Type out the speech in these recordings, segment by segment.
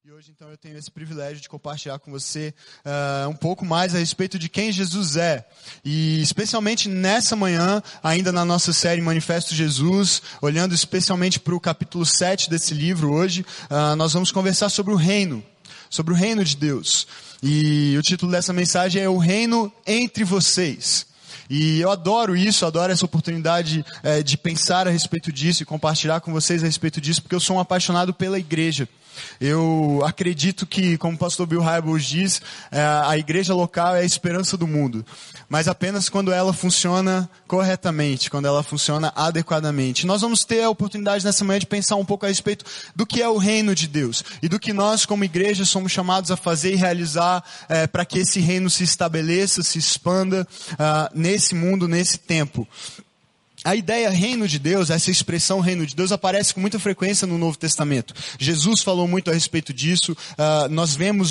E hoje, então, eu tenho esse privilégio de compartilhar com você um pouco mais a respeito de quem Jesus é. E especialmente nessa manhã, ainda na nossa série Manifesto Jesus, olhando especialmente para o capítulo 7 desse livro hoje, nós vamos conversar sobre o reino de Deus. E o título dessa mensagem é O Reino Entre Vocês. E eu adoro isso, adoro essa oportunidade de pensar a respeito disso e compartilhar com vocês a respeito disso, porque eu sou um apaixonado pela igreja. Eu acredito que, como o pastor Bill Hybels diz, a igreja local é a esperança do mundo. Mas apenas quando ela funciona corretamente, quando ela funciona adequadamente. Nós vamos ter a oportunidade nessa manhã de pensar um pouco a respeito do que é o reino de Deus. E do que nós, como igreja, somos chamados a fazer e realizar para que esse reino se estabeleça, se expanda nesse mundo, nesse tempo. A ideia reino de Deus, essa expressão reino de Deus, aparece com muita frequência no Novo Testamento. Jesus falou muito a respeito disso. Nós vemos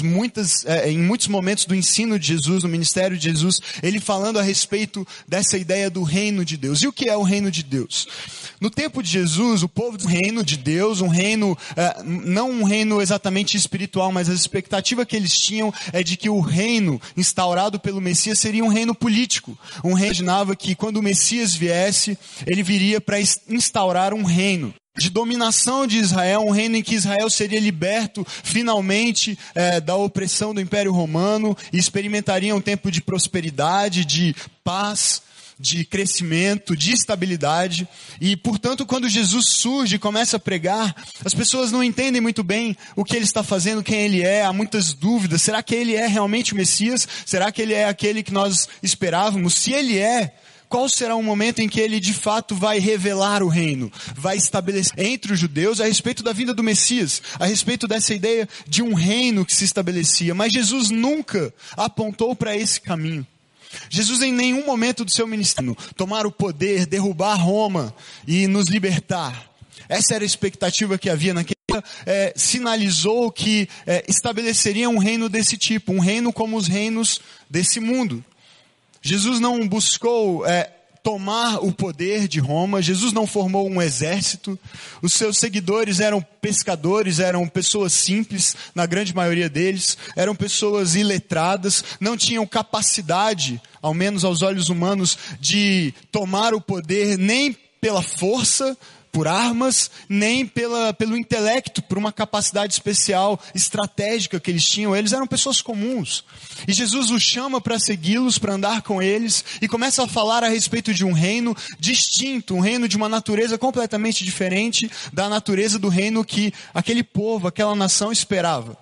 em muitos momentos do ensino de Jesus, no ministério de Jesus, ele falando a respeito dessa ideia do reino de Deus. E o que é o reino de Deus? No tempo de Jesus, o povo do reino de Deus, um reino, não um reino exatamente espiritual, mas a expectativa que eles tinham é de que o reino instaurado pelo Messias seria um reino político. Um reino que imaginava que quando o Messias viesse, ele viria para instaurar um reino de dominação de Israel, um reino em que Israel seria liberto finalmente da opressão do Império Romano e experimentaria um tempo de prosperidade, de paz, de crescimento, de estabilidade. E, portanto, quando Jesus surge e começa a pregar, as pessoas não entendem muito bem o que ele está fazendo, quem ele é, há muitas dúvidas. Será que ele é realmente o Messias? Será que ele é aquele que nós esperávamos? Se ele é, qual será o momento em que ele de fato vai revelar o reino, vai estabelecer entre os judeus a respeito da vinda do Messias, a respeito dessa ideia de um reino que se estabelecia? Mas Jesus nunca apontou para esse caminho. Jesus em nenhum momento do seu ministério tomar o poder, derrubar Roma e nos libertar. Essa era a expectativa que havia naquele dia. Sinalizou que estabeleceria um reino desse tipo, um reino como os reinos desse mundo. Jesus não buscou tomar o poder de Roma. Jesus não formou um exército. Os seus seguidores eram pescadores, eram pessoas simples, na grande maioria deles. Eram pessoas iletradas, não tinham capacidade, ao menos aos olhos humanos, de tomar o poder nem pela força, por armas, nem pelo intelecto, por uma capacidade especial, estratégica que eles tinham. Eles eram pessoas comuns. E Jesus os chama para segui-los, para andar com eles, e começa a falar a respeito de um reino distinto, um reino de uma natureza completamente diferente da natureza do reino que aquele povo, aquela nação esperava.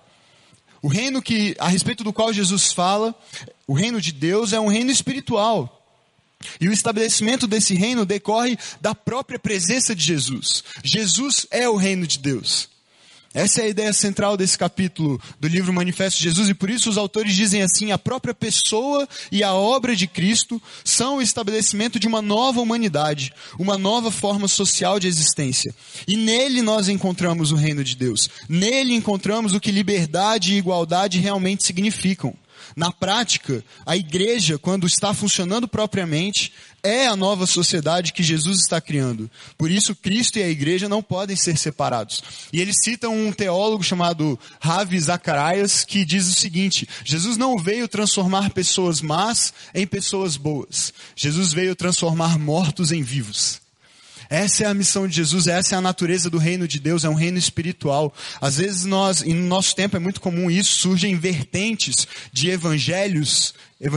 O reino a respeito do qual Jesus fala, o reino de Deus, é um reino espiritual. E o estabelecimento desse reino decorre da própria presença de Jesus. Jesus é o reino de Deus. Essa é a ideia central desse capítulo do livro Manifesto de Jesus, e por isso os autores dizem assim: a própria pessoa e a obra de Cristo são o estabelecimento de uma nova humanidade, uma nova forma social de existência. E nele nós encontramos o reino de Deus. Nele encontramos o que liberdade e igualdade realmente significam. Na prática, a igreja, quando está funcionando propriamente, é a nova sociedade que Jesus está criando. Por isso, Cristo e a igreja não podem ser separados. E eles citam um teólogo chamado Ravi Zacharias, que diz o seguinte: Jesus não veio transformar pessoas más em pessoas boas. Jesus veio transformar mortos em vivos. Essa é a missão de Jesus, essa é a natureza do reino de Deus, é um reino espiritual. Às vezes e no nosso tempo é muito comum isso, surgem vertentes de evangelhos,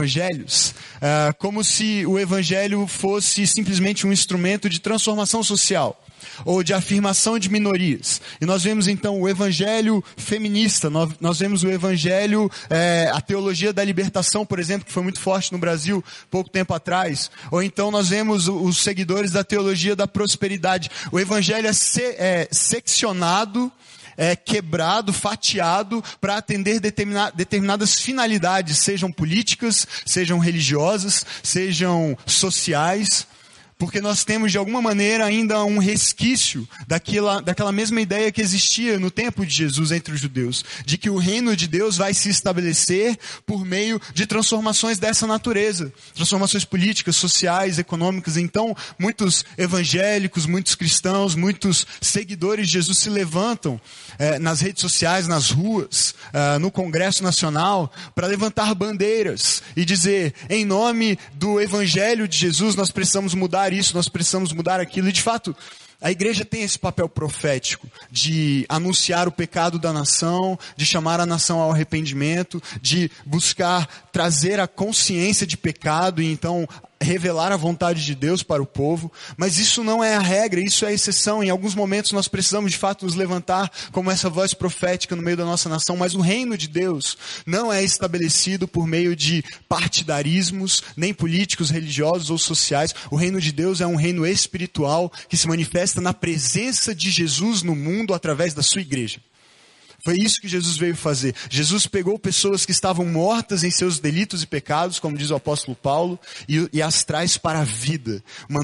como se o evangelho fosse simplesmente um instrumento de transformação social, ou de afirmação de minorias. E nós vemos então o evangelho feminista, nós vemos o evangelho, a teologia da libertação, por exemplo, que foi muito forte no Brasil pouco tempo atrás. Ou então nós vemos os seguidores da teologia da prosperidade. O evangelho é seccionado, quebrado, fatiado para atender determinadas finalidades, sejam políticas, sejam religiosas, sejam sociais. Porque nós temos, de alguma maneira, ainda um resquício daquela mesma ideia que existia no tempo de Jesus entre os judeus. De que o reino de Deus vai se estabelecer por meio de transformações dessa natureza. Transformações políticas, sociais, econômicas. Então, muitos evangélicos, muitos cristãos, muitos seguidores de Jesus se levantam nas redes sociais, nas ruas, no Congresso Nacional, para levantar bandeiras e dizer, em nome do Evangelho de Jesus, nós precisamos mudar isso, nós precisamos mudar aquilo. E de fato, a igreja tem esse papel profético de anunciar o pecado da nação, de chamar a nação ao arrependimento, de buscar trazer a consciência de pecado e então revelar a vontade de Deus para o povo. Mas isso não é a regra, isso é a exceção. Em alguns momentos nós precisamos de fato nos levantar como essa voz profética no meio da nossa nação. Mas o reino de Deus não é estabelecido por meio de partidarismos, nem políticos, religiosos ou sociais. O reino de Deus é um reino espiritual que se manifesta na presença de Jesus no mundo através da sua igreja. Foi isso que Jesus veio fazer. Jesus pegou pessoas que estavam mortas em seus delitos e pecados, como diz o apóstolo Paulo, e as traz para a vida. Uma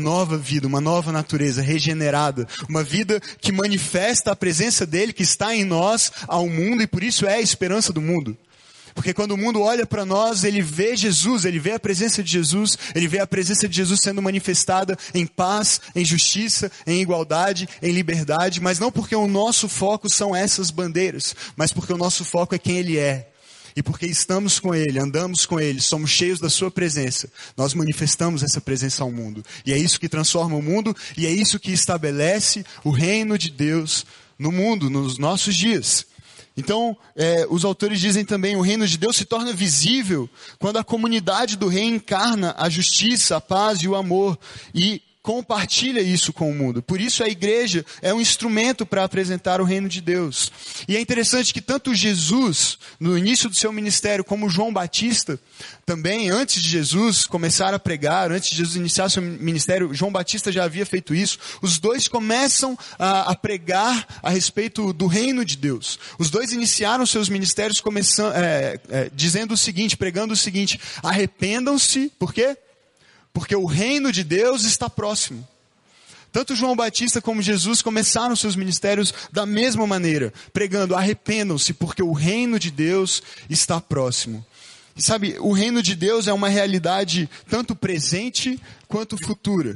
nova natureza, regenerada. Uma vida que manifesta a presença dele, que está em nós, ao mundo, e por isso é a esperança do mundo. Porque quando o mundo olha para nós, ele vê Jesus, ele vê a presença de Jesus, ele vê a presença de Jesus sendo manifestada em paz, em justiça, em igualdade, em liberdade, mas não porque o nosso foco são essas bandeiras, mas porque o nosso foco é quem ele é. E porque estamos com ele, andamos com ele, somos cheios da sua presença, nós manifestamos essa presença ao mundo. E é isso que transforma o mundo, e é isso que estabelece o reino de Deus no mundo, nos nossos dias. Então, os autores dizem também, o reino de Deus se torna visível quando a comunidade do rei encarna a justiça, a paz e o amor e compartilha isso com o mundo. Por isso a igreja é um instrumento para apresentar o reino de Deus. E é interessante que tanto Jesus, no início do seu ministério, como João Batista, também, antes de Jesus começar a pregar, antes de Jesus iniciar seu ministério, João Batista já havia feito isso. Os dois começam a pregar a respeito do reino de Deus. Os dois iniciaram seus ministérios dizendo o seguinte, pregando o seguinte, arrependam-se, por quê? Porque o reino de Deus está próximo. Tanto João Batista como Jesus começaram seus ministérios da mesma maneira, pregando, arrependam-se, porque o reino de Deus está próximo. E sabe, o reino de Deus é uma realidade tanto presente quanto futura.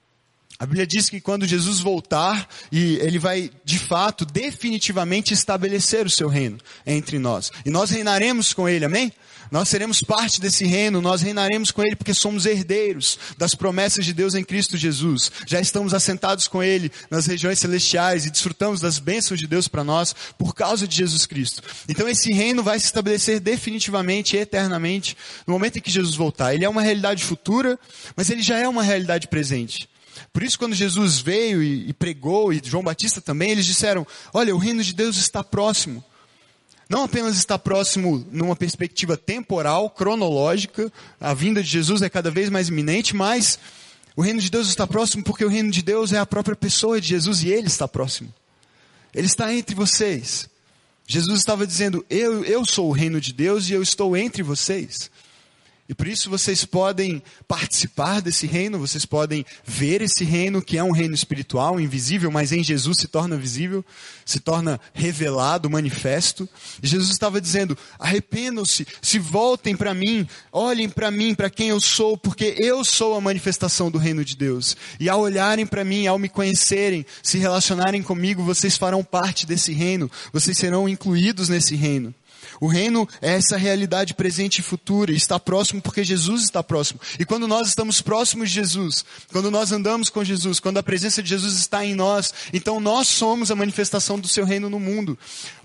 A Bíblia diz que quando Jesus voltar, e ele vai, de fato, definitivamente estabelecer o seu reino entre nós. E nós reinaremos com ele, amém? Nós seremos parte desse reino, nós reinaremos com ele porque somos herdeiros das promessas de Deus em Cristo Jesus. Já estamos assentados com ele nas regiões celestiais e desfrutamos das bênçãos de Deus para nós por causa de Jesus Cristo. Então esse reino vai se estabelecer definitivamente e eternamente no momento em que Jesus voltar. Ele é uma realidade futura, mas ele já é uma realidade presente. Por isso quando Jesus veio e pregou, e João Batista também, eles disseram, olha, o reino de Deus está próximo. Não apenas está próximo numa perspectiva temporal, cronológica, a vinda de Jesus é cada vez mais iminente, mas o reino de Deus está próximo porque o reino de Deus é a própria pessoa de Jesus e ele está próximo. Ele está entre vocês. Jesus estava dizendo, eu sou o reino de Deus e eu estou entre vocês. E por isso vocês podem participar desse reino, vocês podem ver esse reino que é um reino espiritual, invisível, mas em Jesus se torna visível, se torna revelado, manifesto. E Jesus estava dizendo, arrependam-se, se voltem para mim, olhem para mim, para quem eu sou, porque eu sou a manifestação do reino de Deus. E ao olharem para mim, ao me conhecerem, se relacionarem comigo, vocês farão parte desse reino, vocês serão incluídos nesse reino. O reino é essa realidade presente e futura, e está próximo porque Jesus está próximo. E quando nós estamos próximos de Jesus, quando nós andamos com Jesus, quando a presença de Jesus está em nós, então nós somos a manifestação do seu reino no mundo.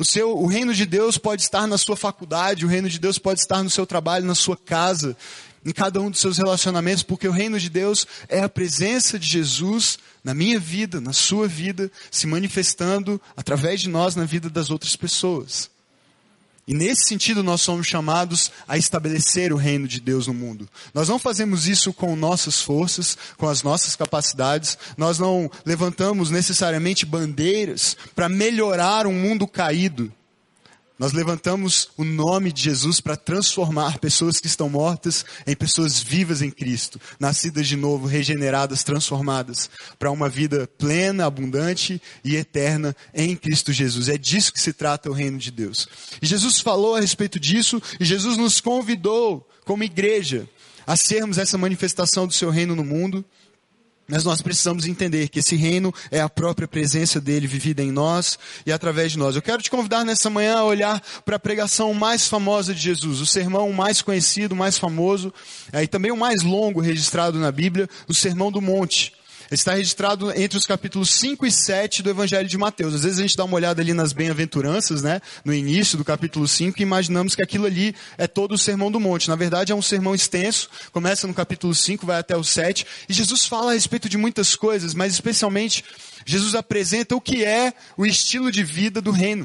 O reino de Deus pode estar na sua faculdade, o reino de Deus pode estar no seu trabalho, na sua casa, em cada um dos seus relacionamentos, porque o reino de Deus é a presença de Jesus na minha vida, na sua vida, se manifestando através de nós na vida das outras pessoas. E nesse sentido nós somos chamados a estabelecer o reino de Deus no mundo. Nós não fazemos isso com nossas forças, com as nossas capacidades. Nós não levantamos necessariamente bandeiras para melhorar um mundo caído. Nós levantamos o nome de Jesus para transformar pessoas que estão mortas em pessoas vivas em Cristo, nascidas de novo, regeneradas, transformadas, para uma vida plena, abundante e eterna em Cristo Jesus. É disso que se trata o reino de Deus. E Jesus falou a respeito disso, e Jesus nos convidou, como igreja, a sermos essa manifestação do seu reino no mundo. Mas nós precisamos entender que esse reino é a própria presença dele vivida em nós e através de nós. Eu quero te convidar nessa manhã a olhar para a pregação mais famosa de Jesus, o sermão mais conhecido, mais famoso, e também o mais longo registrado na Bíblia, o Sermão do Monte. Está registrado entre os capítulos 5 e 7 do Evangelho de Mateus. Às vezes a gente dá uma olhada ali nas bem-aventuranças, né? No início do capítulo 5, e imaginamos que aquilo ali é todo o Sermão do Monte. Na verdade é um sermão extenso, começa no capítulo 5, vai até o 7, e Jesus fala a respeito de muitas coisas, mas especialmente Jesus apresenta o que é o estilo de vida do reino.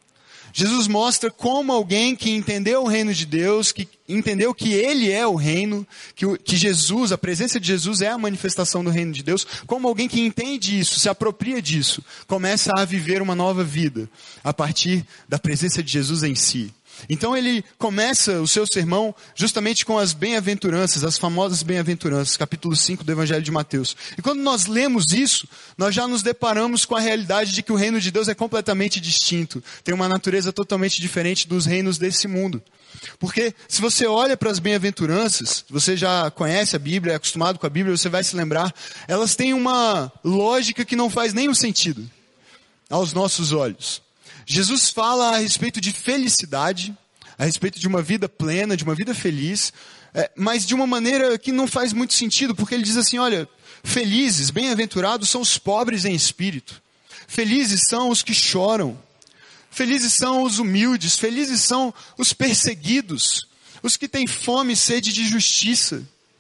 Jesus mostra como alguém que entendeu o reino de Deus, que entendeu que Ele é o reino, que Jesus, a presença de Jesus é a manifestação do reino de Deus, como alguém que entende isso, se apropria disso, começa a viver uma nova vida, a partir da presença de Jesus em si. Então ele começa o seu sermão justamente com as bem-aventuranças, as famosas bem-aventuranças, capítulo 5 do Evangelho de Mateus. E quando nós lemos isso, nós já nos deparamos com a realidade de que o reino de Deus é completamente distinto, tem uma natureza totalmente diferente dos reinos desse mundo. Porque se você olha para as bem-aventuranças, você já conhece a Bíblia, é acostumado com a Bíblia, você vai se lembrar, elas têm uma lógica que não faz nenhum sentido aos nossos olhos. Jesus fala a respeito de felicidade, a respeito de uma vida plena, de uma vida feliz, mas de uma maneira que não faz muito sentido, porque ele diz assim, olha, felizes, bem-aventurados são os pobres em espírito, felizes são os que choram, felizes são os humildes, felizes são os perseguidos, os que têm fome e sede de justiça.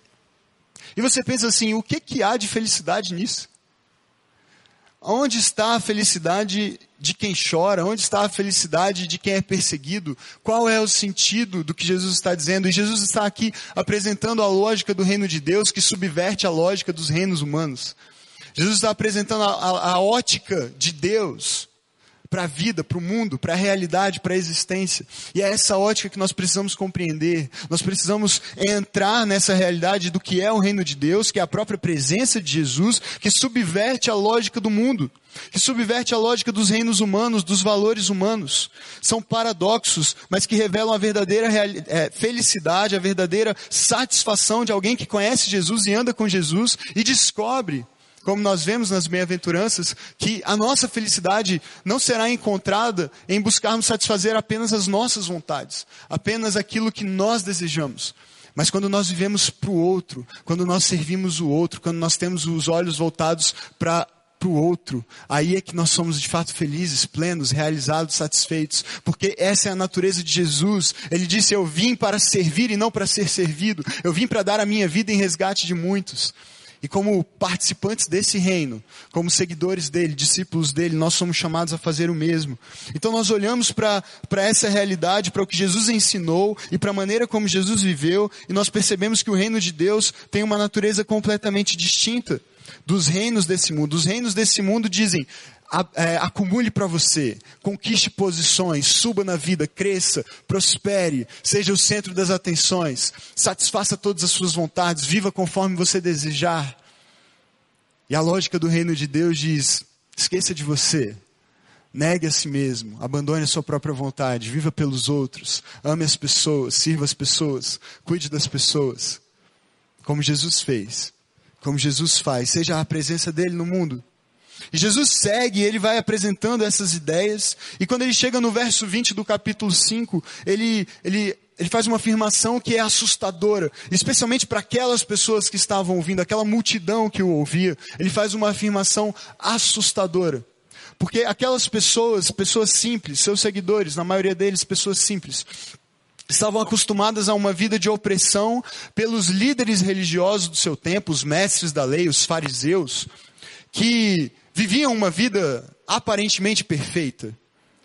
E você pensa assim, o que há de felicidade nisso? Onde está a felicidade de quem chora? Onde está a felicidade de quem é perseguido? Qual é o sentido do que Jesus está dizendo? E Jesus está aqui apresentando a lógica do reino de Deus que subverte a lógica dos reinos humanos. Jesus está apresentando a ótica de Deus para a vida, para o mundo, para a realidade, para a existência. E é essa ótica que nós precisamos compreender. Nós precisamos entrar nessa realidade do que é o reino de Deus, que é a própria presença de Jesus, que subverte a lógica do mundo, que subverte a lógica dos reinos humanos, dos valores humanos. São paradoxos, mas que revelam a verdadeira felicidade, a verdadeira satisfação de alguém que conhece Jesus e anda com Jesus e descobre, como nós vemos nas bem-aventuranças, que a nossa felicidade não será encontrada em buscarmos satisfazer apenas as nossas vontades, apenas aquilo que nós desejamos. Mas quando nós vivemos para o outro, quando nós servimos o outro, quando nós temos os olhos voltados para o outro, aí é que nós somos de fato felizes, plenos, realizados, satisfeitos, porque essa é a natureza de Jesus. Ele disse, eu vim para servir e não para ser servido, eu vim para dar a minha vida em resgate de muitos. E como participantes desse reino, como seguidores dele, discípulos dele, nós somos chamados a fazer o mesmo. Então nós olhamos para essa realidade, para o que Jesus ensinou e para a maneira como Jesus viveu, e nós percebemos que o reino de Deus tem uma natureza completamente distinta dos reinos desse mundo. Os reinos desse mundo dizem, acumule para você, conquiste posições, suba na vida, cresça, prospere, seja o centro das atenções, satisfaça todas as suas vontades, viva conforme você desejar. E a lógica do reino de Deus diz, esqueça de você, negue a si mesmo, abandone a sua própria vontade, viva pelos outros, ame as pessoas, sirva as pessoas, cuide das pessoas, como Jesus fez, como Jesus faz, seja a presença dele no mundo. E Jesus segue, ele vai apresentando essas ideias, e quando ele chega no verso 20 do capítulo 5, ele faz uma afirmação que é assustadora, especialmente para aquelas pessoas que estavam ouvindo, aquela multidão que o ouvia. Ele faz uma afirmação assustadora, porque aquelas pessoas simples, seus seguidores, na maioria deles pessoas simples, estavam acostumadas a uma vida de opressão pelos líderes religiosos do seu tempo, os mestres da lei, os fariseus, que viviam uma vida aparentemente perfeita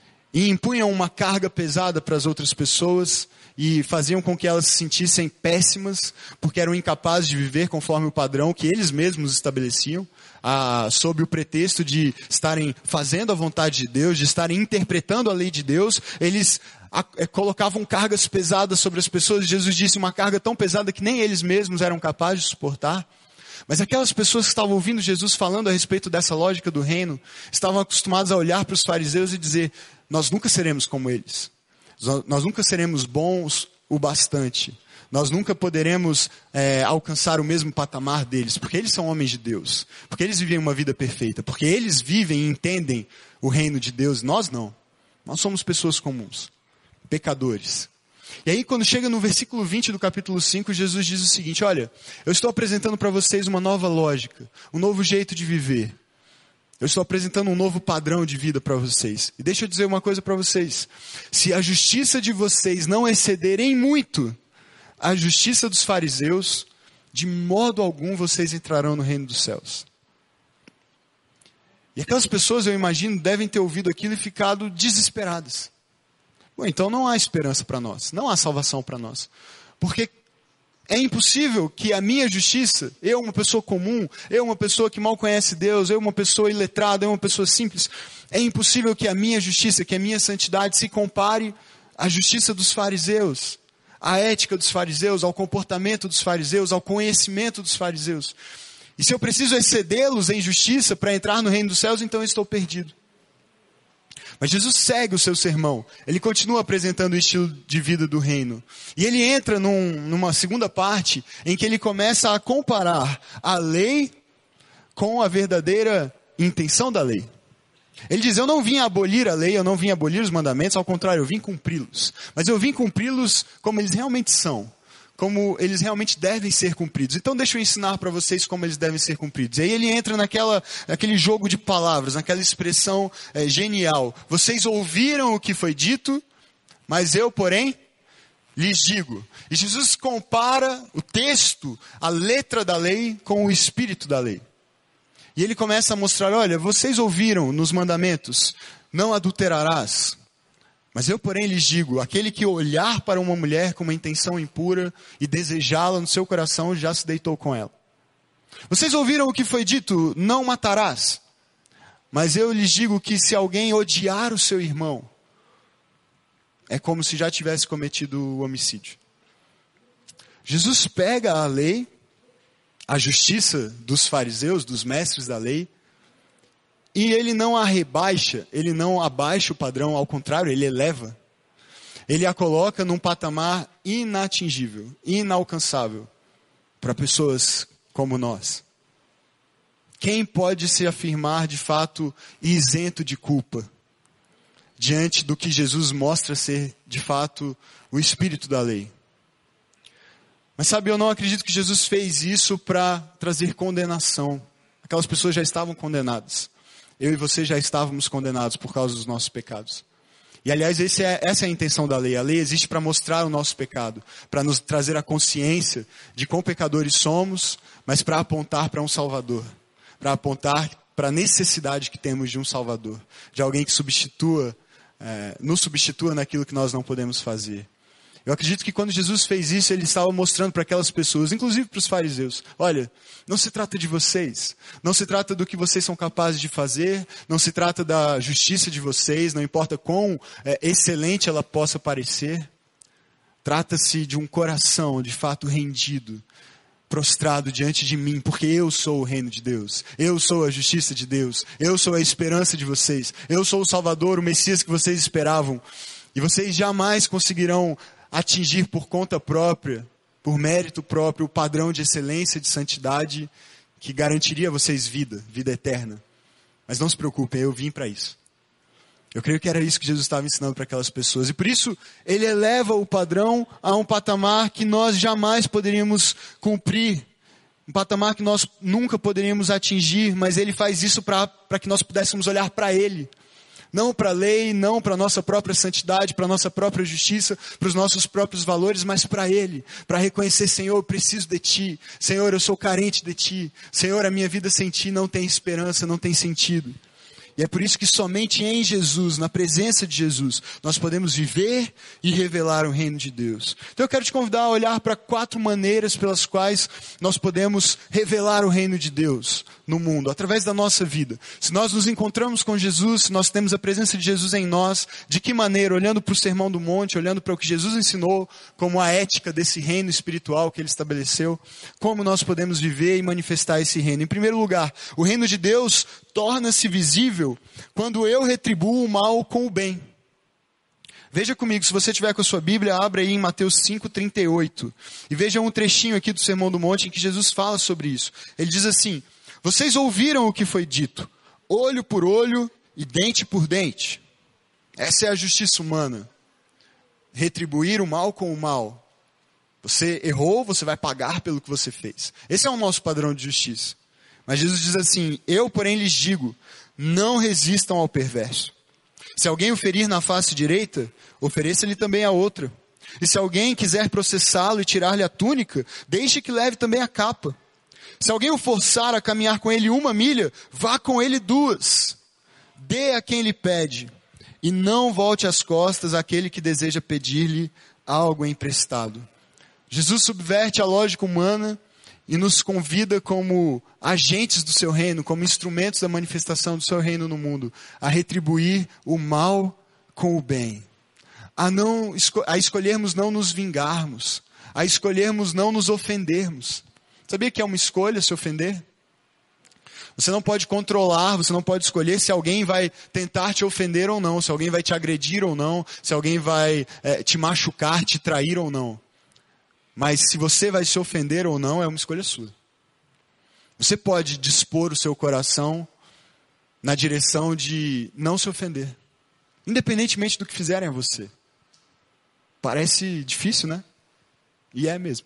e impunham uma carga pesada para as outras pessoas e faziam com que elas se sentissem péssimas porque eram incapazes de viver conforme o padrão que eles mesmos estabeleciam. sob o pretexto de estarem fazendo a vontade de Deus, de estarem interpretando a lei de Deus, eles colocavam cargas pesadas sobre as pessoas. Jesus disse uma carga tão pesada que nem eles mesmos eram capazes de suportar. Mas aquelas pessoas que estavam ouvindo Jesus falando a respeito dessa lógica do reino, estavam acostumadas a olhar para os fariseus e dizer: nós nunca seremos como eles. Nós nunca seremos bons o bastante. Nós nunca poderemos alcançar o mesmo patamar deles, porque eles são homens de Deus. Porque eles vivem uma vida perfeita. Porque eles vivem e entendem o reino de Deus. Nós não. Nós somos pessoas comuns. Pecadores. E aí, quando chega no versículo 20 do capítulo 5, Jesus diz o seguinte: olha, eu estou apresentando para vocês uma nova lógica, um novo jeito de viver. Eu estou apresentando um novo padrão de vida para vocês. E deixa eu dizer uma coisa para vocês. Se a justiça de vocês não excederem muito a justiça dos fariseus, de modo algum vocês entrarão no reino dos céus. E aquelas pessoas, eu imagino, devem ter ouvido aquilo e ficado desesperadas. Bom, então não há esperança para nós, não há salvação para nós. Porque é impossível que a minha justiça, eu uma pessoa comum, eu uma pessoa que mal conhece Deus, eu uma pessoa iletrada, eu uma pessoa simples, é impossível que a minha justiça, que a minha santidade se compare à justiça dos fariseus, à ética dos fariseus, ao comportamento dos fariseus, ao conhecimento dos fariseus. E se eu preciso excedê-los em justiça para entrar no reino dos céus, então eu estou perdido. Mas Jesus segue o seu sermão. Ele continua apresentando o estilo de vida do reino. E ele entra numa segunda parte em que ele começa a comparar a lei com a verdadeira intenção da lei. Ele diz: eu não vim abolir a lei, eu não vim abolir os mandamentos, ao contrário, eu vim cumpri-los. Mas eu vim cumpri-los como eles realmente são. Como eles realmente devem ser cumpridos. Então deixa eu ensinar para vocês como eles devem ser cumpridos. E aí ele entra naquele jogo de palavras, naquela expressão genial. Vocês ouviram o que foi dito, mas eu, porém, lhes digo. E Jesus compara o texto, a letra da lei, com o espírito da lei. E ele começa a mostrar: olha, vocês ouviram nos mandamentos: não adulterarás. Mas eu, porém, lhes digo, aquele que olhar para uma mulher com uma intenção impura e desejá-la no seu coração, já se deitou com ela. Vocês ouviram o que foi dito: não matarás. Mas eu lhes digo que se alguém odiar o seu irmão, é como se já tivesse cometido o homicídio. Jesus pega a lei, a justiça dos fariseus, dos mestres da lei, e ele não a rebaixa, ele não abaixa o padrão, ao contrário, ele eleva. Ele a coloca num patamar inatingível, inalcançável, para pessoas como nós. Quem pode se afirmar de fato isento de culpa, diante do que Jesus mostra ser de fato o espírito da lei? Mas sabe, eu não acredito que Jesus fez isso para trazer condenação. Aquelas pessoas já estavam condenadas. Eu e você já estávamos condenados por causa dos nossos pecados. E aliás, essa é a intenção da lei. A lei existe para mostrar o nosso pecado, para nos trazer a consciência de quão pecadores somos, mas para apontar para um Salvador. Para apontar para a necessidade que temos de um Salvador. De alguém que nos substitua naquilo que nós não podemos fazer. Eu acredito que quando Jesus fez isso, ele estava mostrando para aquelas pessoas, inclusive para os fariseus: olha, não se trata de vocês, não se trata do que vocês são capazes de fazer, não se trata da justiça de vocês, não importa quão excelente ela possa parecer. Trata-se de um coração de fato rendido, prostrado diante de mim, porque eu sou o reino de Deus, eu sou a justiça de Deus, eu sou a esperança de vocês, eu sou o Salvador, o Messias que vocês esperavam, e vocês jamais conseguirão atingir por conta própria, por mérito próprio, o padrão de excelência, de santidade que garantiria a vocês vida eterna. Mas não se preocupem, eu vim para isso. Eu creio que era isso que Jesus estava ensinando para aquelas pessoas. E por isso, ele eleva o padrão a um patamar que nós jamais poderíamos cumprir. Um patamar que nós nunca poderíamos atingir, mas ele faz isso para que nós pudéssemos olhar para ele. Não para a lei, não para a nossa própria santidade, para a nossa própria justiça, para os nossos próprios valores, mas para Ele. Para reconhecer: Senhor, eu preciso de Ti. Senhor, eu sou carente de Ti. Senhor, a minha vida sem Ti não tem esperança, não tem sentido. E é por isso que somente em Jesus, na presença de Jesus, nós podemos viver e revelar o reino de Deus. Então eu quero te convidar a olhar para 4 maneiras pelas quais nós podemos revelar o reino de Deus no mundo, através da nossa vida. Se nós nos encontramos com Jesus, se nós temos a presença de Jesus em nós, de que maneira? Olhando para o Sermão do Monte, olhando para o que Jesus ensinou como a ética desse reino espiritual que ele estabeleceu, como nós podemos viver e manifestar esse reino. Em primeiro lugar, o reino de Deus torna-se visível quando eu retribuo o mal com o bem. Veja comigo, se você tiver com a sua Bíblia, abra aí em Mateus 5:38. E veja um trechinho aqui do Sermão do Monte em que Jesus fala sobre isso. Ele diz assim: vocês ouviram o que foi dito, olho por olho e dente por dente. Essa é a justiça humana. Retribuir o mal com o mal. Você errou, você vai pagar pelo que você fez. Esse é o nosso padrão de justiça. Mas Jesus diz assim: eu, porém, lhes digo, não resistam ao perverso. Se alguém o ferir na face direita, ofereça-lhe também a outra. E se alguém quiser processá-lo e tirar-lhe a túnica, deixe que leve também a capa. Se alguém o forçar a caminhar com ele 1 milha, vá com ele 2. Dê a quem lhe pede, e não volte as costas àquele que deseja pedir-lhe algo emprestado. Jesus subverte a lógica humana e nos convida como agentes do seu reino, como instrumentos da manifestação do seu reino no mundo, a retribuir o mal com o bem, a escolhermos não nos vingarmos, a escolhermos não nos ofendermos. Sabia que é uma escolha se ofender? Você não pode controlar, você não pode escolher se alguém vai tentar te ofender ou não, se alguém vai te agredir ou não, se alguém vai te machucar, te trair ou não. Mas se você vai se ofender ou não, é uma escolha sua. Você pode dispor o seu coração na direção de não se ofender, independentemente do que fizerem a você. Parece difícil, né? E é mesmo.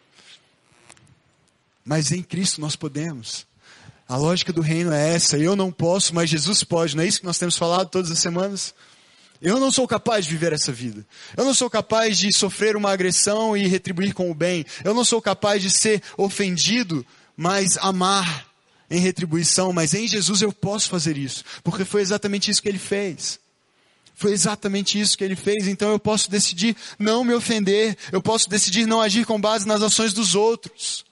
Mas em Cristo nós podemos. A lógica do reino é essa: eu não posso, mas Jesus pode. Não é isso que nós temos falado todas as semanas? Eu não sou capaz de viver essa vida. Eu não sou capaz de sofrer uma agressão e retribuir com o bem. Eu não sou capaz de ser ofendido, mas amar em retribuição. Mas em Jesus eu posso fazer isso, porque foi exatamente isso que ele fez. Foi exatamente isso que ele fez. Então eu posso decidir não me ofender. Eu posso decidir não agir com base nas ações dos outros.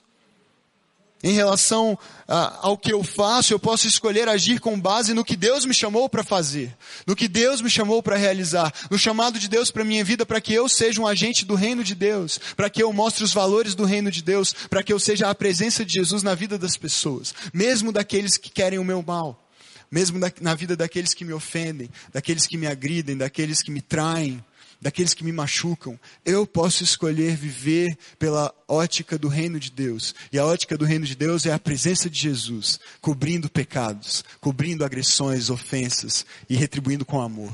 Em relação ao que eu faço, eu posso escolher agir com base no que Deus me chamou para fazer, no que Deus me chamou para realizar, no chamado de Deus para a minha vida, para que eu seja um agente do reino de Deus, para que eu mostre os valores do reino de Deus, para que eu seja a presença de Jesus na vida das pessoas, mesmo daqueles que querem o meu mal, mesmo na vida daqueles que me ofendem, daqueles que me agridem, daqueles que me traem, daqueles que me machucam. Eu posso escolher viver pela ótica do reino de Deus. E a ótica do reino de Deus é a presença de Jesus, cobrindo pecados, cobrindo agressões, ofensas e retribuindo com amor.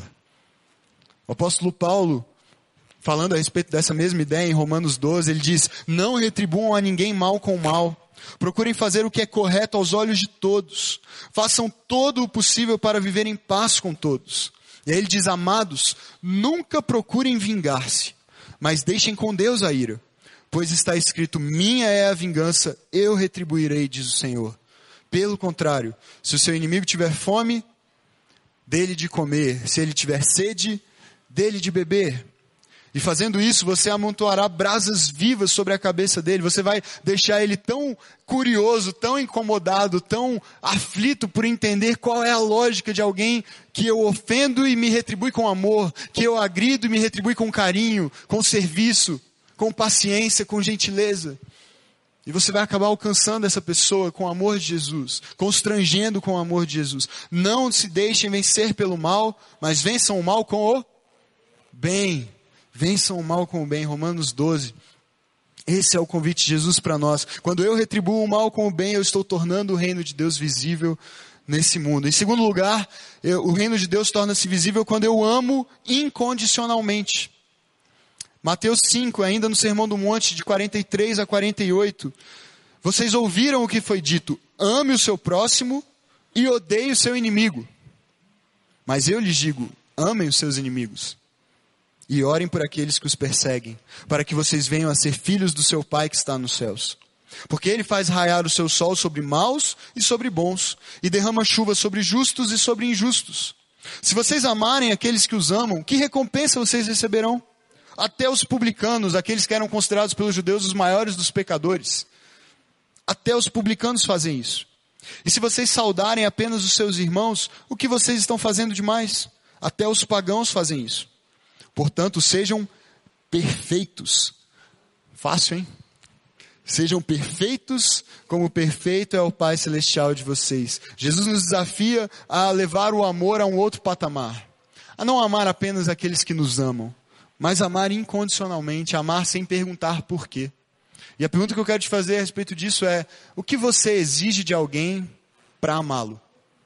O apóstolo Paulo, falando a respeito dessa mesma ideia em Romanos 12, ele diz: não retribuam a ninguém mal com mal. Procurem fazer o que é correto aos olhos de todos. Façam todo o possível para viver em paz com todos. E aí ele diz: amados, nunca procurem vingar-se, mas deixem com Deus a ira. Pois está escrito: minha é a vingança, eu retribuirei, diz o Senhor. Pelo contrário, se o seu inimigo tiver fome, dê-lhe de comer. Se ele tiver sede, dê-lhe de beber. E fazendo isso, você amontoará brasas vivas sobre a cabeça dele. Você vai deixar ele tão curioso, tão incomodado, tão aflito por entender qual é a lógica de alguém que eu ofendo e me retribui com amor, que eu agrido e me retribui com carinho, com serviço, com paciência, com gentileza. E você vai acabar alcançando essa pessoa com o amor de Jesus, constrangendo com o amor de Jesus. Não se deixem vencer pelo mal, mas vençam o mal com o bem. Vençam o mal com o bem, Romanos 12. Esse é o convite de Jesus para nós. Quando eu retribuo o mal com o bem, eu estou tornando o reino de Deus visível nesse mundo. Em segundo lugar, o reino de Deus torna-se visível quando eu amo incondicionalmente. Mateus 5, ainda no Sermão do Monte, de 43 a 48. Vocês ouviram o que foi dito: ame o seu próximo e odeie o seu inimigo. Mas eu lhes digo: amem os seus inimigos. E orem por aqueles que os perseguem, para que vocês venham a ser filhos do seu Pai que está nos céus. Porque ele faz raiar o seu sol sobre maus e sobre bons, e derrama chuva sobre justos e sobre injustos. Se vocês amarem aqueles que os amam, que recompensa vocês receberão? Até os publicanos, aqueles que eram considerados pelos judeus os maiores dos pecadores, até os publicanos fazem isso. E se vocês saudarem apenas os seus irmãos, o que vocês estão fazendo demais? Até os pagãos fazem isso. Portanto, sejam perfeitos. Fácil, hein? Sejam perfeitos, como perfeito é o Pai Celestial de vocês. Jesus nos desafia a levar o amor a um outro patamar. A não amar apenas aqueles que nos amam, mas amar incondicionalmente, amar sem perguntar por quê. E a pergunta que eu quero te fazer a respeito disso é: o que você exige de alguém para amá-lo?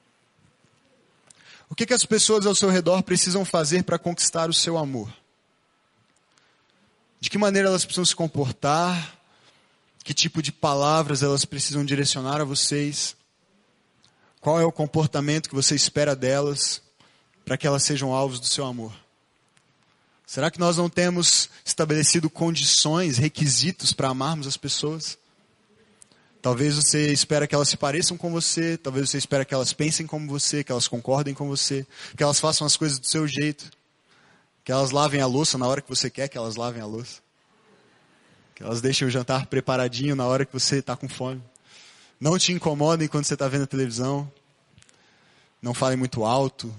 O que as pessoas ao seu redor precisam fazer para conquistar o seu amor? De que maneira elas precisam se comportar? Que tipo de palavras elas precisam direcionar a vocês? Qual é o comportamento que você espera delas para que elas sejam alvos do seu amor? Será que nós não temos estabelecido condições, requisitos para amarmos as pessoas? Talvez você espera que elas se pareçam com você, talvez você espera que elas pensem como você, que elas concordem com você, que elas façam as coisas do seu jeito, que elas lavem a louça na hora que você quer que elas lavem a louça, que elas deixem o jantar preparadinho na hora que você está com fome, não te incomodem quando você está vendo a televisão, não falem muito alto.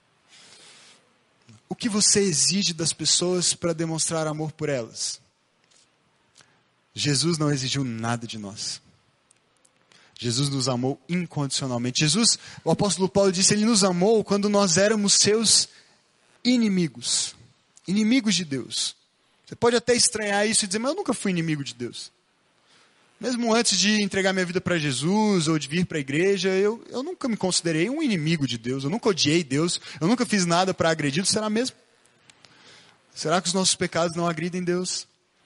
O que você exige das pessoas para demonstrar amor por elas? Jesus não exigiu nada de nós. Jesus nos amou incondicionalmente. O apóstolo Paulo disse, ele nos amou quando nós éramos seus inimigos. Inimigos de Deus. Você pode até estranhar isso e dizer, mas eu nunca fui inimigo de Deus. Mesmo antes de entregar minha vida para Jesus ou de vir para a igreja, eu nunca me considerei um inimigo de Deus. Eu nunca odiei Deus. Eu nunca fiz nada para agredir. Será mesmo? Será que os nossos pecados não agridem Deus?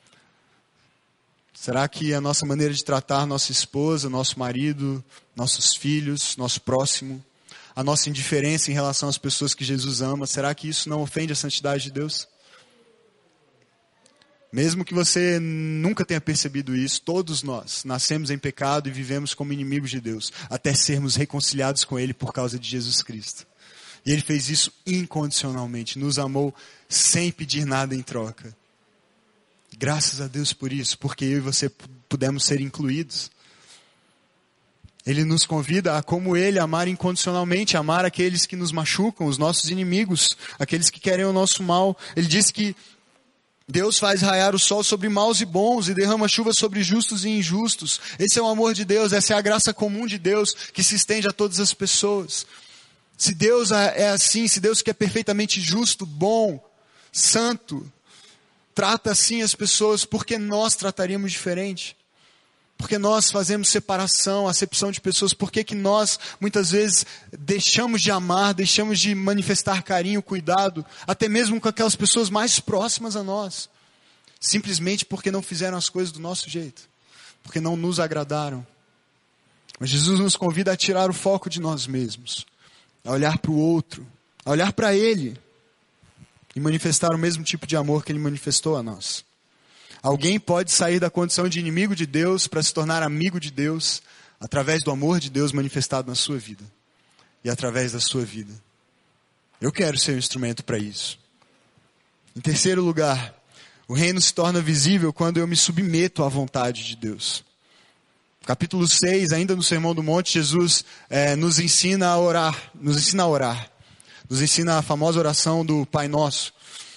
Será que a nossa maneira de tratar nossa esposa, nosso marido, nossos filhos, nosso próximo, a nossa indiferença em relação às pessoas que Jesus ama, será que isso não ofende a santidade de Deus? Mesmo que você nunca tenha percebido isso, todos nós nascemos em pecado e vivemos como inimigos de Deus, até sermos reconciliados com Ele por causa de Jesus Cristo. E Ele fez isso incondicionalmente, nos amou sem pedir nada em troca. Graças a Deus por isso, porque eu e você pudemos ser incluídos. Ele nos convida a, como Ele, amar incondicionalmente, amar aqueles que nos machucam, os nossos inimigos, aqueles que querem o nosso mal. Ele diz que Deus faz raiar o sol sobre maus e bons e derrama chuva sobre justos e injustos. Esse é o amor de Deus, essa é a graça comum de Deus que se estende a todas as pessoas. Se Deus é assim, se Deus que é perfeitamente justo, bom, santo, trata assim as pessoas, por que nós trataríamos diferente? Porque nós fazemos separação, acepção de pessoas. Por que nós, muitas vezes, deixamos de amar, deixamos de manifestar carinho, cuidado, até mesmo com aquelas pessoas mais próximas a nós? Simplesmente porque não fizeram as coisas do nosso jeito. Porque não nos agradaram. Mas Jesus nos convida a tirar o foco de nós mesmos. A olhar para o outro. A olhar para Ele. E manifestar o mesmo tipo de amor que Ele manifestou a nós. Alguém pode sair da condição de inimigo de Deus para se tornar amigo de Deus através do amor de Deus manifestado na sua vida e através da sua vida. Eu quero ser um instrumento para isso. Em terceiro lugar, o reino se torna visível quando eu me submeto à vontade de Deus. Capítulo 6, ainda no Sermão do Monte, Jesus nos ensina a orar. Nos ensina a famosa oração do Pai Nosso.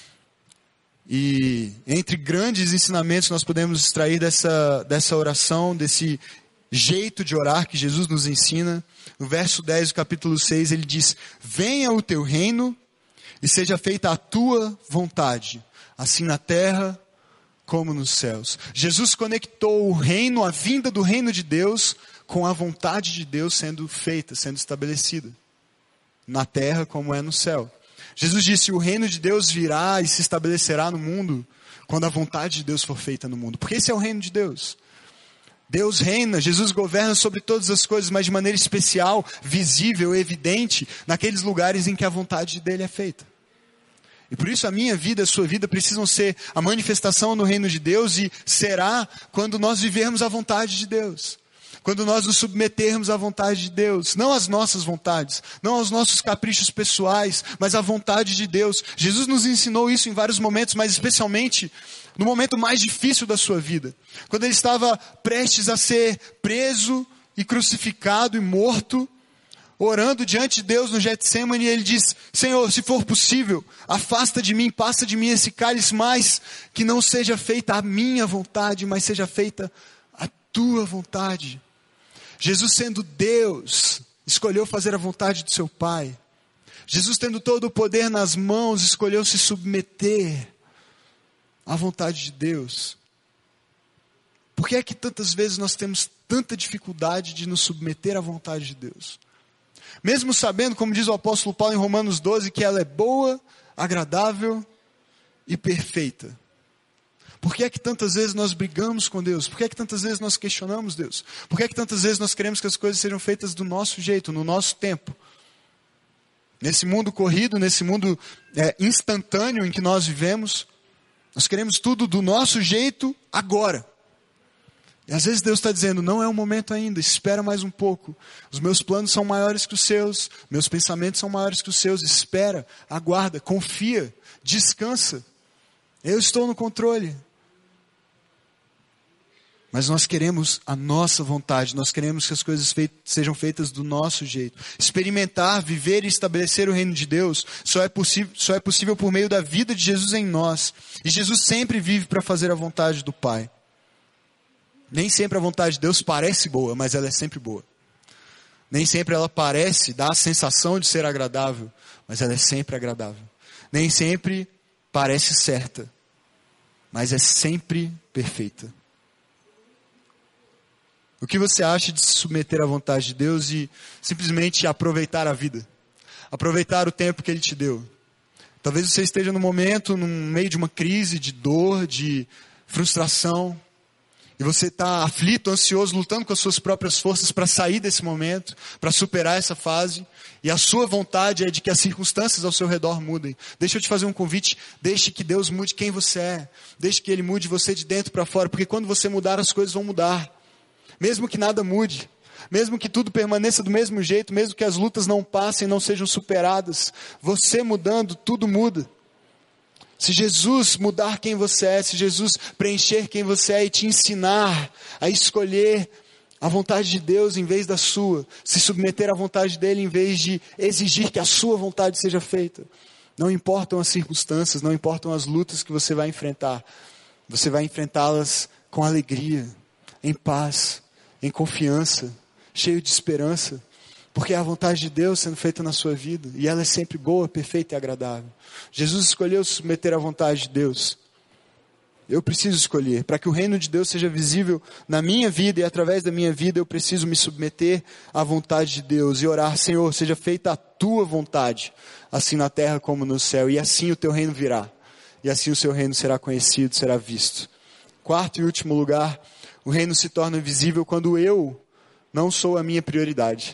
E entre grandes ensinamentos nós podemos extrair dessa oração, desse jeito de orar que Jesus nos ensina. No verso 10 do capítulo 6 ele diz, venha o teu reino e seja feita a tua vontade, assim na terra como nos céus. Jesus conectou o reino, a vinda do reino de Deus, com a vontade de Deus sendo feita, sendo estabelecida. Na terra como é no céu. Jesus disse, o reino de Deus virá e se estabelecerá no mundo quando a vontade de Deus for feita no mundo. Porque esse é o reino de Deus. Deus reina, Jesus governa sobre todas as coisas, mas de maneira especial, visível, evidente, naqueles lugares em que a vontade dele é feita. E por isso a minha vida, a sua vida precisam ser a manifestação no reino de Deus, e será quando nós vivermos a vontade de Deus. Quando nós nos submetermos à vontade de Deus, não às nossas vontades, não aos nossos caprichos pessoais, mas à vontade de Deus. Jesus nos ensinou isso em vários momentos, mas especialmente no momento mais difícil da sua vida. Quando ele estava prestes a ser preso e crucificado e morto, orando diante de Deus no Getsêmani, ele diz: Senhor, se for possível, afasta de mim, passa de mim esse cálice, mas que não seja feita a minha vontade, mas seja feita a tua vontade. Jesus, sendo Deus, escolheu fazer a vontade do seu Pai. Jesus, tendo todo o poder nas mãos, escolheu se submeter à vontade de Deus. Por que é que tantas vezes nós temos tanta dificuldade de nos submeter à vontade de Deus? Mesmo sabendo, como diz o apóstolo Paulo em Romanos 12, que ela é boa, agradável e perfeita. Por que é que tantas vezes nós brigamos com Deus? Por que é que tantas vezes nós questionamos Deus? Por que é que tantas vezes nós queremos que as coisas sejam feitas do nosso jeito, no nosso tempo? Nesse mundo corrido, nesse mundo instantâneo em que nós vivemos, nós queremos tudo do nosso jeito agora. E às vezes Deus está dizendo: não é o momento ainda, espera mais um pouco. Os meus planos são maiores que os seus, meus pensamentos são maiores que os seus. Espera, aguarda, confia, descansa. Eu estou no controle. Mas nós queremos a nossa vontade, nós queremos que as coisas sejam feitas do nosso jeito. Experimentar, viver e estabelecer o reino de Deus só é possível por meio da vida de Jesus em nós. E Jesus sempre vive para fazer a vontade do Pai. Nem sempre a vontade de Deus parece boa, mas ela é sempre boa. Nem sempre ela parece dar a sensação de ser agradável, mas ela é sempre agradável. Nem sempre parece certa, mas é sempre perfeita. O que você acha de se submeter à vontade de Deus e simplesmente aproveitar a vida? Aproveitar o tempo que Ele te deu. Talvez você esteja no meio de uma crise, de dor, de frustração. E você está aflito, ansioso, lutando com as suas próprias forças para sair desse momento, para superar essa fase. E a sua vontade é de que as circunstâncias ao seu redor mudem. Deixa eu te fazer um convite. Deixe que Deus mude quem você é. Deixe que Ele mude você de dentro para fora. Porque quando você mudar, as coisas vão mudar. Mesmo que nada mude, mesmo que tudo permaneça do mesmo jeito, mesmo que as lutas não passem, não sejam superadas, você mudando, tudo muda. Se Jesus mudar quem você é, se Jesus preencher quem você é e te ensinar a escolher a vontade de Deus em vez da sua, se submeter à vontade dele em vez de exigir que a sua vontade seja feita, não importam as circunstâncias, não importam as lutas que você vai enfrentar, você vai enfrentá-las com alegria, em paz, em confiança, cheio de esperança, porque é a vontade de Deus sendo feita na sua vida, e ela é sempre boa, perfeita e agradável. Jesus escolheu se submeter à vontade de Deus. Eu preciso escolher, para que o reino de Deus seja visível na minha vida, e através da minha vida eu preciso me submeter à vontade de Deus, e orar: Senhor, seja feita a tua vontade, assim na terra como no céu, e assim o teu reino virá, e assim o seu reino será conhecido, será visto. Quarto e último lugar, o reino se torna visível quando eu não sou a minha prioridade.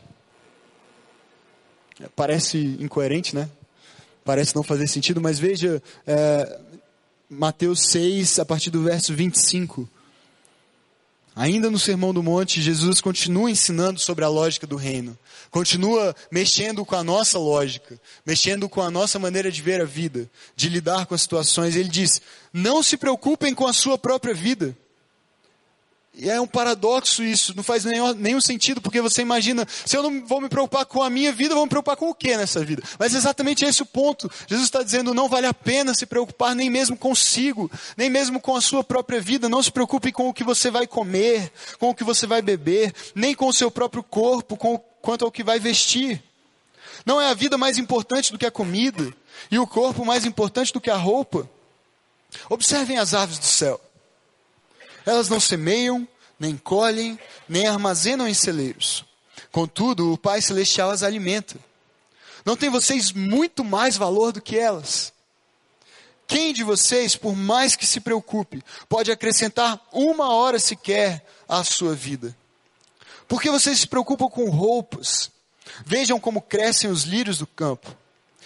Parece incoerente, né? Parece não fazer sentido, mas veja Mateus 6, a partir do verso 25. Ainda no Sermão do Monte, Jesus continua ensinando sobre a lógica do reino. Continua mexendo com a nossa lógica, mexendo com a nossa maneira de ver a vida, de lidar com as situações. Ele diz: não se preocupem com a sua própria vida. E é um paradoxo isso, não faz nenhum sentido, porque você imagina: se eu não vou me preocupar com a minha vida, eu vou me preocupar com o que nessa vida? Mas é exatamente esse o ponto. Jesus está dizendo: não vale a pena se preocupar nem mesmo consigo, nem mesmo com a sua própria vida. Não se preocupe com o que você vai comer, com o que você vai beber, nem com o seu próprio corpo, quanto ao que vai vestir. Não é a vida mais importante do que a comida, e o corpo mais importante do que a roupa? Observem as aves do céu. Elas não semeiam, nem colhem, nem armazenam em celeiros. Contudo, o Pai Celestial as alimenta. Não tem vocês muito mais valor do que elas? Quem de vocês, por mais que se preocupe, pode acrescentar uma hora sequer à sua vida? Por que vocês se preocupam com roupas? Vejam como crescem os lírios do campo.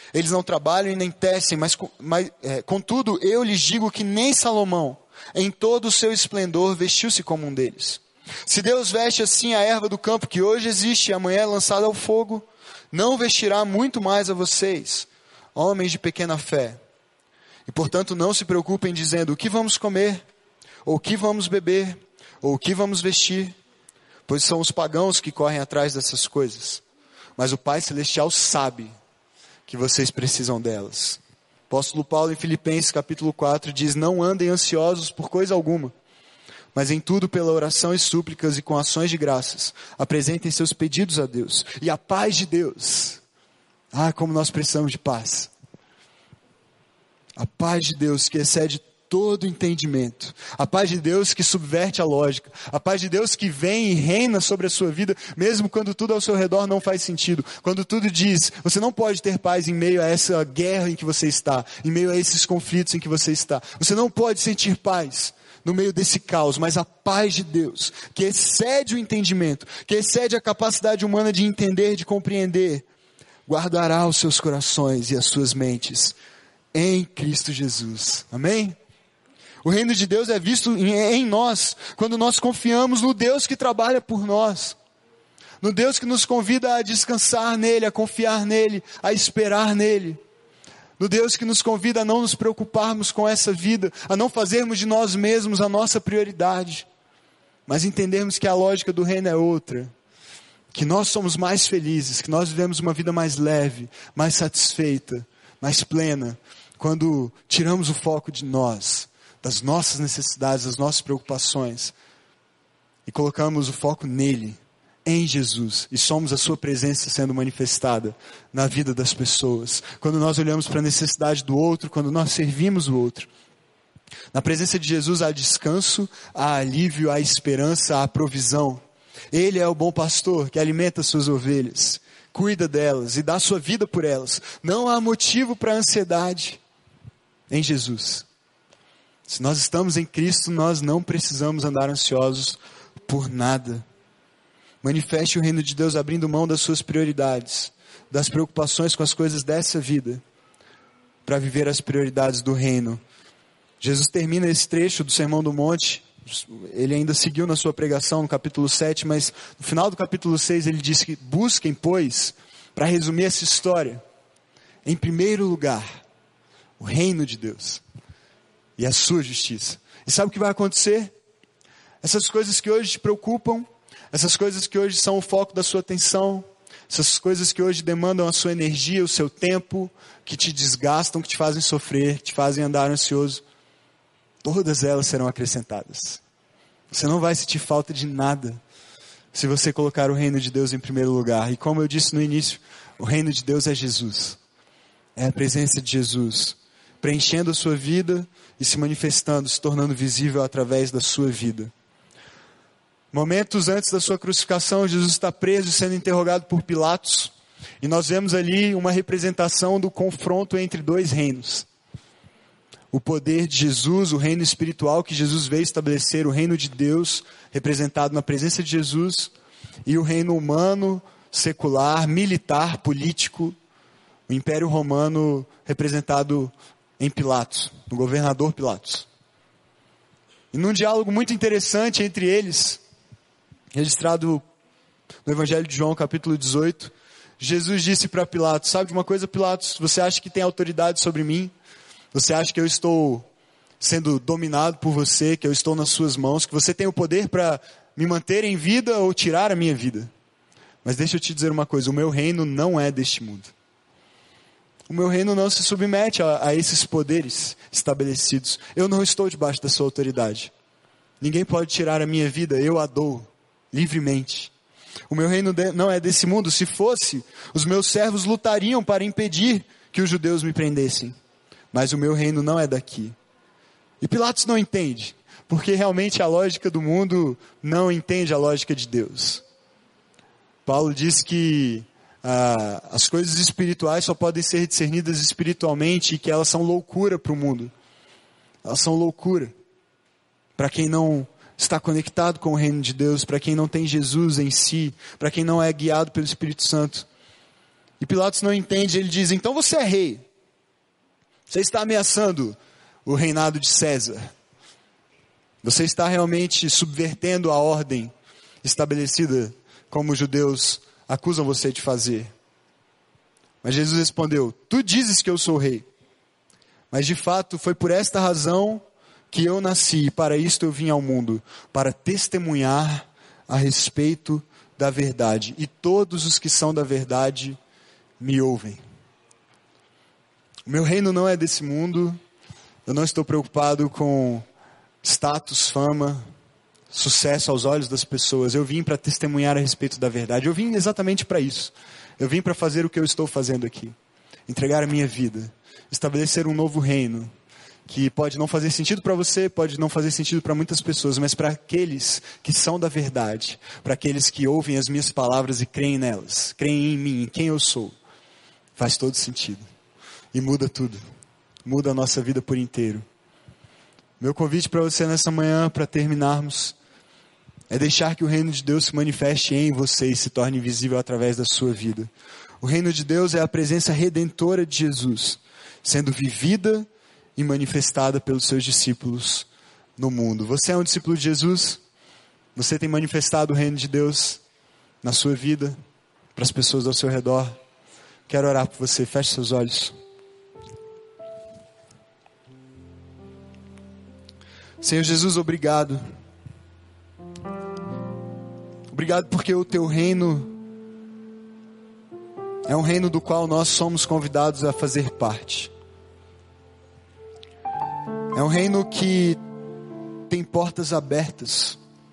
Eles não trabalham e nem tecem, contudo eu lhes digo que nem Salomão, em todo o seu esplendor, vestiu-se como um deles. Se Deus veste assim a erva do campo, que hoje existe e amanhã é lançada ao fogo, não vestirá muito mais a vocês, homens de pequena fé. E portanto não se preocupem dizendo, o que vamos comer? Ou o que vamos beber? Ou o que vamos vestir? Pois são os pagãos que correm atrás dessas coisas. Mas o Pai Celestial sabe que vocês precisam delas. O apóstolo Paulo em Filipenses capítulo 4 diz, não andem ansiosos por coisa alguma, mas em tudo pela oração e súplicas e com ações de graças, apresentem seus pedidos a Deus. E a paz de Deus, como nós precisamos de paz. A paz de Deus que excede todo entendimento. A paz de Deus que subverte a lógica. A paz de Deus que vem e reina sobre a sua vida, mesmo quando tudo ao seu redor não faz sentido. Quando tudo diz, você não pode ter paz em meio a essa guerra em que você está, em meio a esses conflitos em que você está. Você não pode sentir paz no meio desse caos, mas a paz de Deus, que excede o entendimento, que excede a capacidade humana de entender, de compreender, guardará os seus corações e as suas mentes em Cristo Jesus. Amém? O reino de Deus é visto em nós, quando nós confiamos no Deus que trabalha por nós. No Deus que nos convida a descansar nele, a confiar nele, a esperar nele. No Deus que nos convida a não nos preocuparmos com essa vida, a não fazermos de nós mesmos a nossa prioridade. Mas entendermos que a lógica do reino é outra. Que nós somos mais felizes, que nós vivemos uma vida mais leve, mais satisfeita, mais plena, quando tiramos o foco de nós, das nossas necessidades, das nossas preocupações, e colocamos o foco nele, em Jesus, e somos a sua presença sendo manifestada na vida das pessoas. Quando nós olhamos para a necessidade do outro, quando nós servimos o outro. Na presença de Jesus há descanso, há alívio, há esperança, há provisão. Ele é o bom pastor que alimenta suas ovelhas, cuida delas e dá sua vida por elas. Não há motivo para ansiedade em Jesus. Se nós estamos em Cristo, nós não precisamos andar ansiosos por nada. Manifeste o reino de Deus abrindo mão das suas prioridades, das preocupações com as coisas dessa vida, para viver as prioridades do reino. Jesus termina esse trecho do Sermão do Monte, ele ainda seguiu na sua pregação no capítulo 7, mas no final do capítulo 6 ele diz que busquem, pois, para resumir essa história, em primeiro lugar, o reino de Deus e a sua justiça. E sabe o que vai acontecer? Essas coisas que hoje te preocupam, essas coisas que hoje são o foco da sua atenção, essas coisas que hoje demandam a sua energia, o seu tempo, que te desgastam, que te fazem sofrer, que te fazem andar ansioso, todas elas serão acrescentadas. Você não vai sentir falta de nada se você colocar o reino de Deus em primeiro lugar. E como eu disse no início, o reino de Deus é Jesus. É a presença de Jesus, preenchendo a sua vida e se manifestando, se tornando visível através da sua vida. Momentos antes da sua crucificação, Jesus está preso e sendo interrogado por Pilatos. E nós vemos ali uma representação do confronto entre dois reinos. O poder de Jesus, o reino espiritual que Jesus veio estabelecer, o reino de Deus, representado na presença de Jesus, e o reino humano, secular, militar, político, o Império Romano representado em Pilatos, no governador Pilatos. E num diálogo muito interessante entre eles, registrado no Evangelho de João, capítulo 18, Jesus disse para Pilatos, sabe de uma coisa, Pilatos, você acha que tem autoridade sobre mim? Você acha que eu estou sendo dominado por você, que eu estou nas suas mãos, que você tem o poder para me manter em vida ou tirar a minha vida? Mas deixa eu te dizer uma coisa, o meu reino não é deste mundo. O meu reino não se submete a esses poderes estabelecidos. Eu não estou debaixo da sua autoridade. Ninguém pode tirar a minha vida, eu a dou livremente. O meu reino não é desse mundo. Se fosse, os meus servos lutariam para impedir que os judeus me prendessem. Mas o meu reino não é daqui. E Pilatos não entende, porque realmente a lógica do mundo não entende a lógica de Deus. Paulo diz que as coisas espirituais só podem ser discernidas espiritualmente e que elas são loucura para o mundo. Elas são loucura para quem não está conectado com o reino de Deus, para quem não tem Jesus em si, para quem não é guiado pelo Espírito Santo. E Pilatos não entende, ele diz: então você é rei. Você está ameaçando o reinado de César. Você está realmente subvertendo a ordem estabelecida como os judeus acusam você de fazer. Mas Jesus respondeu: tu dizes que eu sou rei. Mas de fato foi por esta razão que eu nasci, e para isto eu vim ao mundo, para testemunhar a respeito da verdade. E todos os que são da verdade me ouvem. O meu reino não é desse mundo. Eu não estou preocupado com status, fama, sucesso aos olhos das pessoas. Eu vim para testemunhar a respeito da verdade. Eu vim exatamente para isso. Eu vim para fazer o que eu estou fazendo aqui. Entregar a minha vida. Estabelecer um novo reino. Que pode não fazer sentido para você, pode não fazer sentido para muitas pessoas, mas para aqueles que são da verdade, para aqueles que ouvem as minhas palavras e creem nelas, creem em mim, em quem eu sou, faz todo sentido. E muda tudo. Muda a nossa vida por inteiro. Meu convite para você nessa manhã, para terminarmos, é deixar que o reino de Deus se manifeste em você e se torne visível através da sua vida. O reino de Deus é a presença redentora de Jesus, sendo vivida e manifestada pelos seus discípulos no mundo. Você é um discípulo de Jesus? Você tem manifestado o reino de Deus na sua vida, para as pessoas ao seu redor? Quero orar por você. Feche seus olhos. Senhor Jesus, obrigado. Obrigado porque o teu reino é um reino do qual nós somos convidados a fazer parte. É um reino que tem portas abertas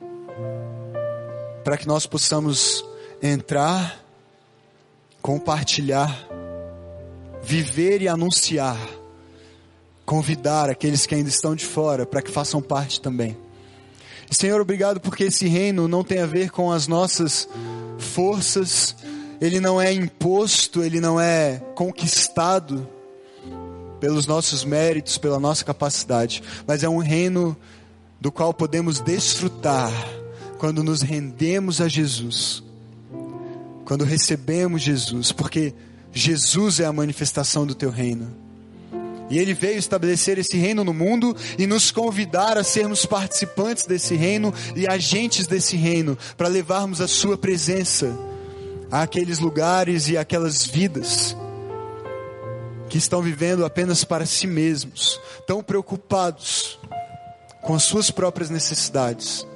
para que nós possamos entrar, compartilhar, viver e anunciar, convidar aqueles que ainda estão de fora para que façam parte também. Senhor, obrigado porque esse reino não tem a ver com as nossas forças, ele não é imposto, ele não é conquistado pelos nossos méritos, pela nossa capacidade, mas é um reino do qual podemos desfrutar quando nos rendemos a Jesus, quando recebemos Jesus, porque Jesus é a manifestação do teu reino. E Ele veio estabelecer esse reino no mundo e nos convidar a sermos participantes desse reino e agentes desse reino, para levarmos a sua presença àqueles lugares e àquelas vidas que estão vivendo apenas para si mesmos, tão preocupados com as suas próprias necessidades,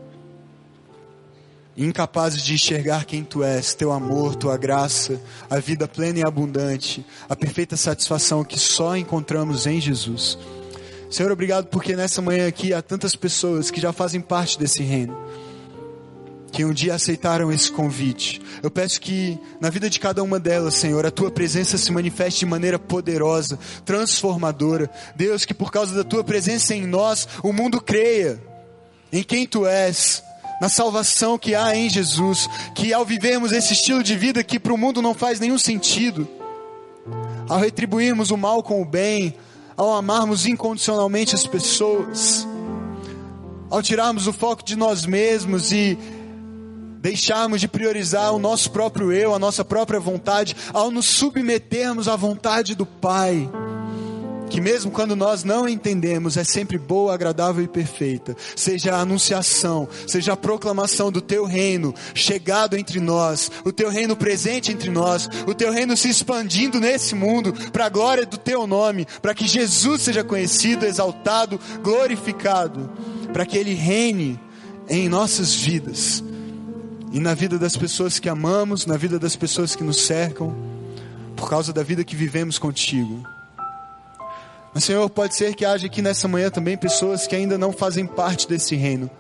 incapazes de enxergar quem tu és, teu amor, tua graça, a vida plena e abundante, a perfeita satisfação que só encontramos em Jesus. Senhor, obrigado porque nessa manhã aqui há tantas pessoas que já fazem parte desse reino, que um dia aceitaram esse convite. Eu peço que na vida de cada uma delas, Senhor, a tua presença se manifeste de maneira poderosa, transformadora. Deus, que por causa da tua presença em nós, o mundo creia em quem tu és, na salvação que há em Jesus, que ao vivermos esse estilo de vida que para o mundo não faz nenhum sentido, ao retribuirmos o mal com o bem, ao amarmos incondicionalmente as pessoas, ao tirarmos o foco de nós mesmos e deixarmos de priorizar o nosso próprio eu, a nossa própria vontade, ao nos submetermos à vontade do Pai, que mesmo quando nós não entendemos, é sempre boa, agradável e perfeita. Seja a anunciação, seja a proclamação do teu reino chegado entre nós, o teu reino presente entre nós, o teu reino se expandindo nesse mundo, para a glória do teu nome, para que Jesus seja conhecido, exaltado, glorificado, para que Ele reine em nossas vidas, e na vida das pessoas que amamos, na vida das pessoas que nos cercam, por causa da vida que vivemos contigo. Mas Senhor, pode ser que haja aqui nessa manhã também pessoas que ainda não fazem parte desse reino,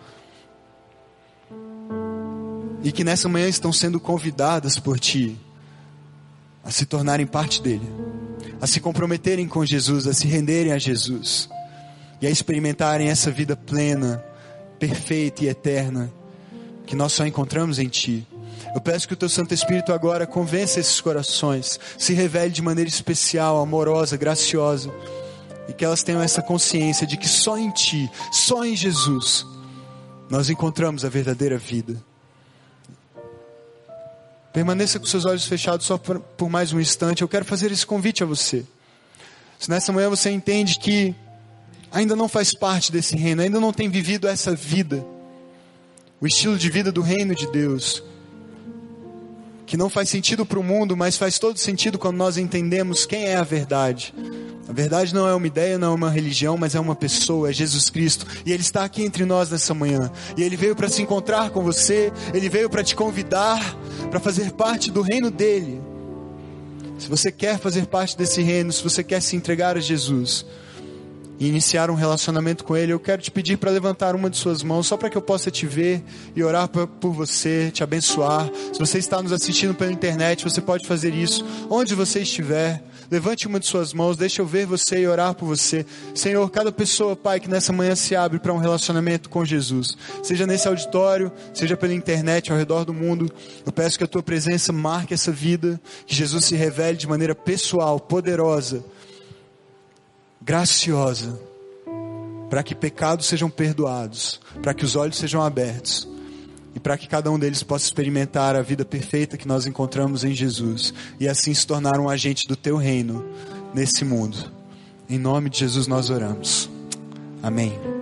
e que nessa manhã estão sendo convidadas por Ti a se tornarem parte dele, a se comprometerem com Jesus, a se renderem a Jesus e a experimentarem essa vida plena, perfeita e eterna que nós só encontramos em Ti. Eu peço que o Teu Santo Espírito agora convença esses corações, se revele de maneira especial, amorosa, graciosa, e que elas tenham essa consciência de que só em Ti, só em Jesus, nós encontramos a verdadeira vida. Permaneça com seus olhos fechados só por mais um instante. Eu quero fazer esse convite a você. Se nessa manhã você entende que ainda não faz parte desse reino, ainda não tem vivido essa vida, o estilo de vida do reino de Deus, que não faz sentido para o mundo, mas faz todo sentido quando nós entendemos quem é a verdade. A verdade não é uma ideia, não é uma religião, mas é uma pessoa, é Jesus Cristo. E Ele está aqui entre nós nessa manhã. E Ele veio para se encontrar com você, Ele veio para te convidar, para fazer parte do reino dEle. Se você quer fazer parte desse reino, se você quer se entregar a Jesus e iniciar um relacionamento com Ele, eu quero te pedir para levantar uma de suas mãos, só para que eu possa te ver e orar por você, te abençoar. Se você está nos assistindo pela internet, você pode fazer isso onde você estiver. Levante uma de suas mãos, deixa eu ver você e orar por você. Senhor, cada pessoa, Pai, que nessa manhã se abre para um relacionamento com Jesus, seja nesse auditório, seja pela internet, ao redor do mundo, eu peço que a Tua presença marque essa vida, que Jesus se revele de maneira pessoal, poderosa, graciosa, para que pecados sejam perdoados, para que os olhos sejam abertos e para que cada um deles possa experimentar a vida perfeita que nós encontramos em Jesus e assim se tornar um agente do Teu reino nesse mundo. Em nome de Jesus nós oramos. Amém.